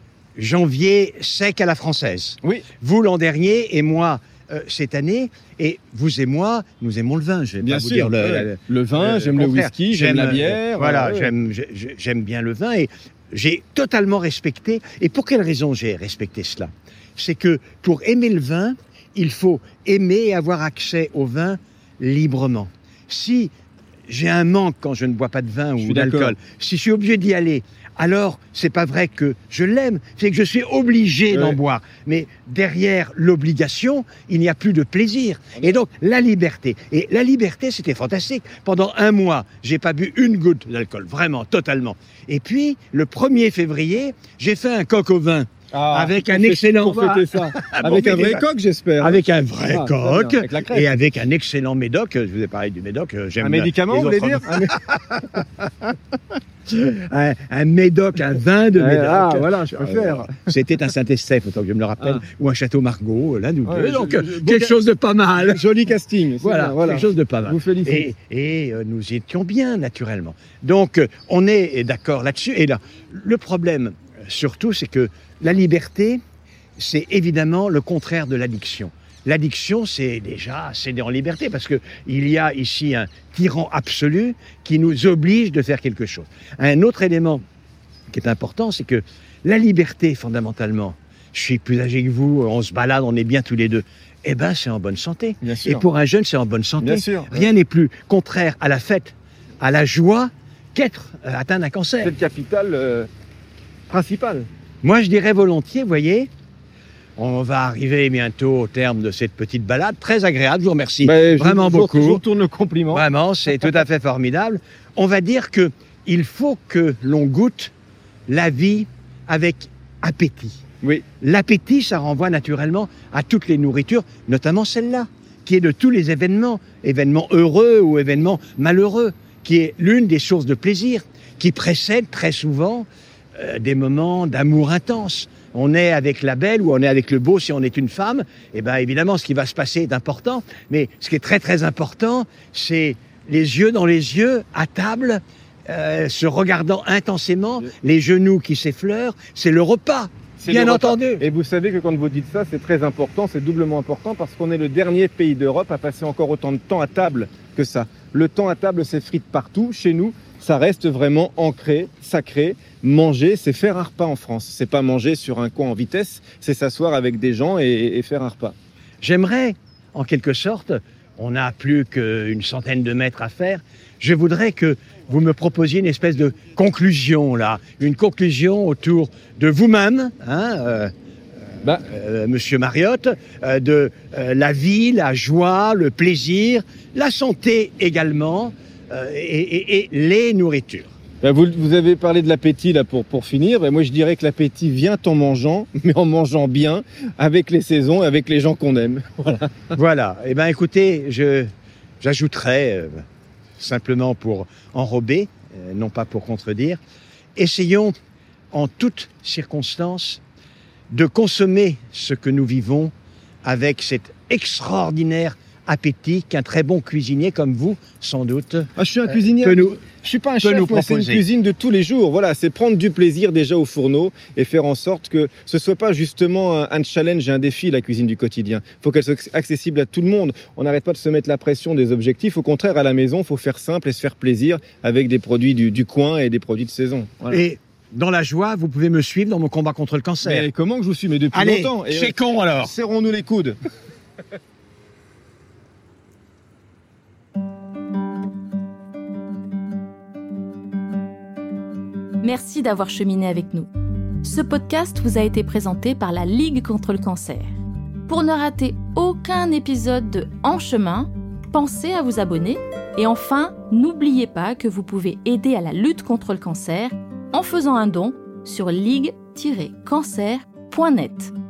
janvier sec à la française. Oui. Vous l'an dernier et moi euh, cette année. Et vous et moi, nous aimons le vin. Je vais bien pas sûr, vous dire le, ouais. le, le vin, le, j'aime le whisky, j'aime, j'aime la bière. Voilà, ouais. j'aime, j'aime bien le vin et j'ai totalement respecté. Et pour quelle raison j'ai respecté cela? C'est que pour aimer le vin, il faut aimer et avoir accès au vin librement. Si j'ai un manque quand je ne bois pas de vin ou d'alcool, si je suis obligé d'y aller, alors c'est pas vrai que je l'aime, c'est que je suis obligé ouais. d'en boire. Mais derrière l'obligation, il n'y a plus de plaisir. Et donc la liberté. Et la liberté, c'était fantastique. Pendant un mois, j'ai pas bu une goutte d'alcool, vraiment, totalement. Et puis, le premier février, j'ai fait un coq au vin. Ah, avec un excellent pour fêter ça. Avec un vrai ça. coq, j'espère. Avec un vrai ah, coq avec et avec un excellent médoc. Je vous ai parlé du médoc. J'aime un médicament, vous voulez dire un, un médoc, un vin de médoc. Ah, voilà, je préfère. Euh, C'était un Saint-Estèphe, autant que je me le rappelle, ah. ou un Château Margaux, l'un ou deux. Donc, je, je, quelque bon, chose de pas mal. Joli casting. Voilà, bien, voilà, quelque chose de pas mal. Vous félicite. Et, et euh, nous étions bien, naturellement. Donc, euh, on est d'accord là-dessus. Et là, le problème, surtout, c'est que la liberté, c'est évidemment le contraire de l'addiction. L'addiction, c'est déjà céder en liberté, parce qu'il y a ici un tyran absolu qui nous oblige de faire quelque chose. Un autre élément qui est important, c'est que la liberté, fondamentalement, je suis plus âgé que vous, on se balade, on est bien tous les deux, eh ben c'est en bonne santé. Bien sûr. Et pour un jeune, c'est en bonne santé. Bien sûr. Rien n'est plus contraire à la fête, à la joie, qu'être euh, atteint d'un cancer. C'est le capital euh, principal. Moi, je dirais volontiers, vous voyez, on va arriver bientôt au terme de cette petite balade, très agréable, je vous remercie ben, vraiment je, beaucoup. Je vous retourne le compliment. Vraiment, c'est tout à fait formidable. On va dire qu'il faut que l'on goûte la vie avec appétit. Oui. L'appétit, ça renvoie naturellement à toutes les nourritures, notamment celle-là, qui est de tous les événements, événements heureux ou événements malheureux, qui est l'une des sources de plaisir, qui précède très souvent euh, des moments d'amour intense. On est avec la belle ou on est avec le beau si on est une femme, et bien évidemment ce qui va se passer est important, mais ce qui est très très important, c'est les yeux dans les yeux, à table, euh, se regardant intensément, les genoux qui s'effleurent, c'est le repas. C'est Bien le repas. entendu. Et vous savez que quand vous dites ça, c'est très important, c'est doublement important parce qu'on est le dernier pays d'Europe à passer encore autant de temps à table que ça. Le temps à table s'effrite partout. Chez nous, ça reste vraiment ancré, sacré. Manger, c'est faire un repas en France. C'est pas manger sur un coin en vitesse, c'est s'asseoir avec des gens et, et faire un repas. J'aimerais, en quelque sorte, on n'a plus qu'une centaine de mètres à faire, je voudrais que vous me proposiez une espèce de conclusion, là, une conclusion autour de vous-même, hein, euh, bah, euh, Monsieur Mariotte, euh, de euh, la vie, la joie, le plaisir, la santé également, euh, et, et, et les nourritures. Ben vous, vous avez parlé de l'appétit là pour, pour finir. Ben moi je dirais que l'appétit vient en mangeant, mais en mangeant bien, avec les saisons, avec les gens qu'on aime. Voilà. Voilà. Eh ben écoutez, je j'ajouterais euh, simplement pour enrober, euh, non pas pour contredire, essayons en toutes circonstances de consommer ce que nous vivons avec cet extraordinaire appétit qu'un très bon cuisinier comme vous, sans doute, ah, je suis un cuisinier. peut nous Je suis pas un chef, moi, c'est une cuisine de tous les jours. Voilà, c'est prendre du plaisir déjà au fourneau et faire en sorte que ce soit pas justement un, un challenge et un défi, la cuisine du quotidien. Il faut qu'elle soit accessible à tout le monde. On n'arrête pas de se mettre la pression des objectifs. Au contraire, à la maison, il faut faire simple et se faire plaisir avec des produits du, du coin et des produits de saison. Voilà. Et dans la joie, vous pouvez me suivre dans mon combat contre le cancer. Mais comment que je vous suis? Mais depuis Allez, longtemps. c'est con alors. Serrons-nous les coudes. Merci d'avoir cheminé avec nous. Ce podcast vous a été présenté par la Ligue contre le cancer. Pour ne rater aucun épisode de En chemin, pensez à vous abonner. Et enfin, n'oubliez pas que vous pouvez aider à la lutte contre le cancer en faisant un don sur ligue tiret cancer point net.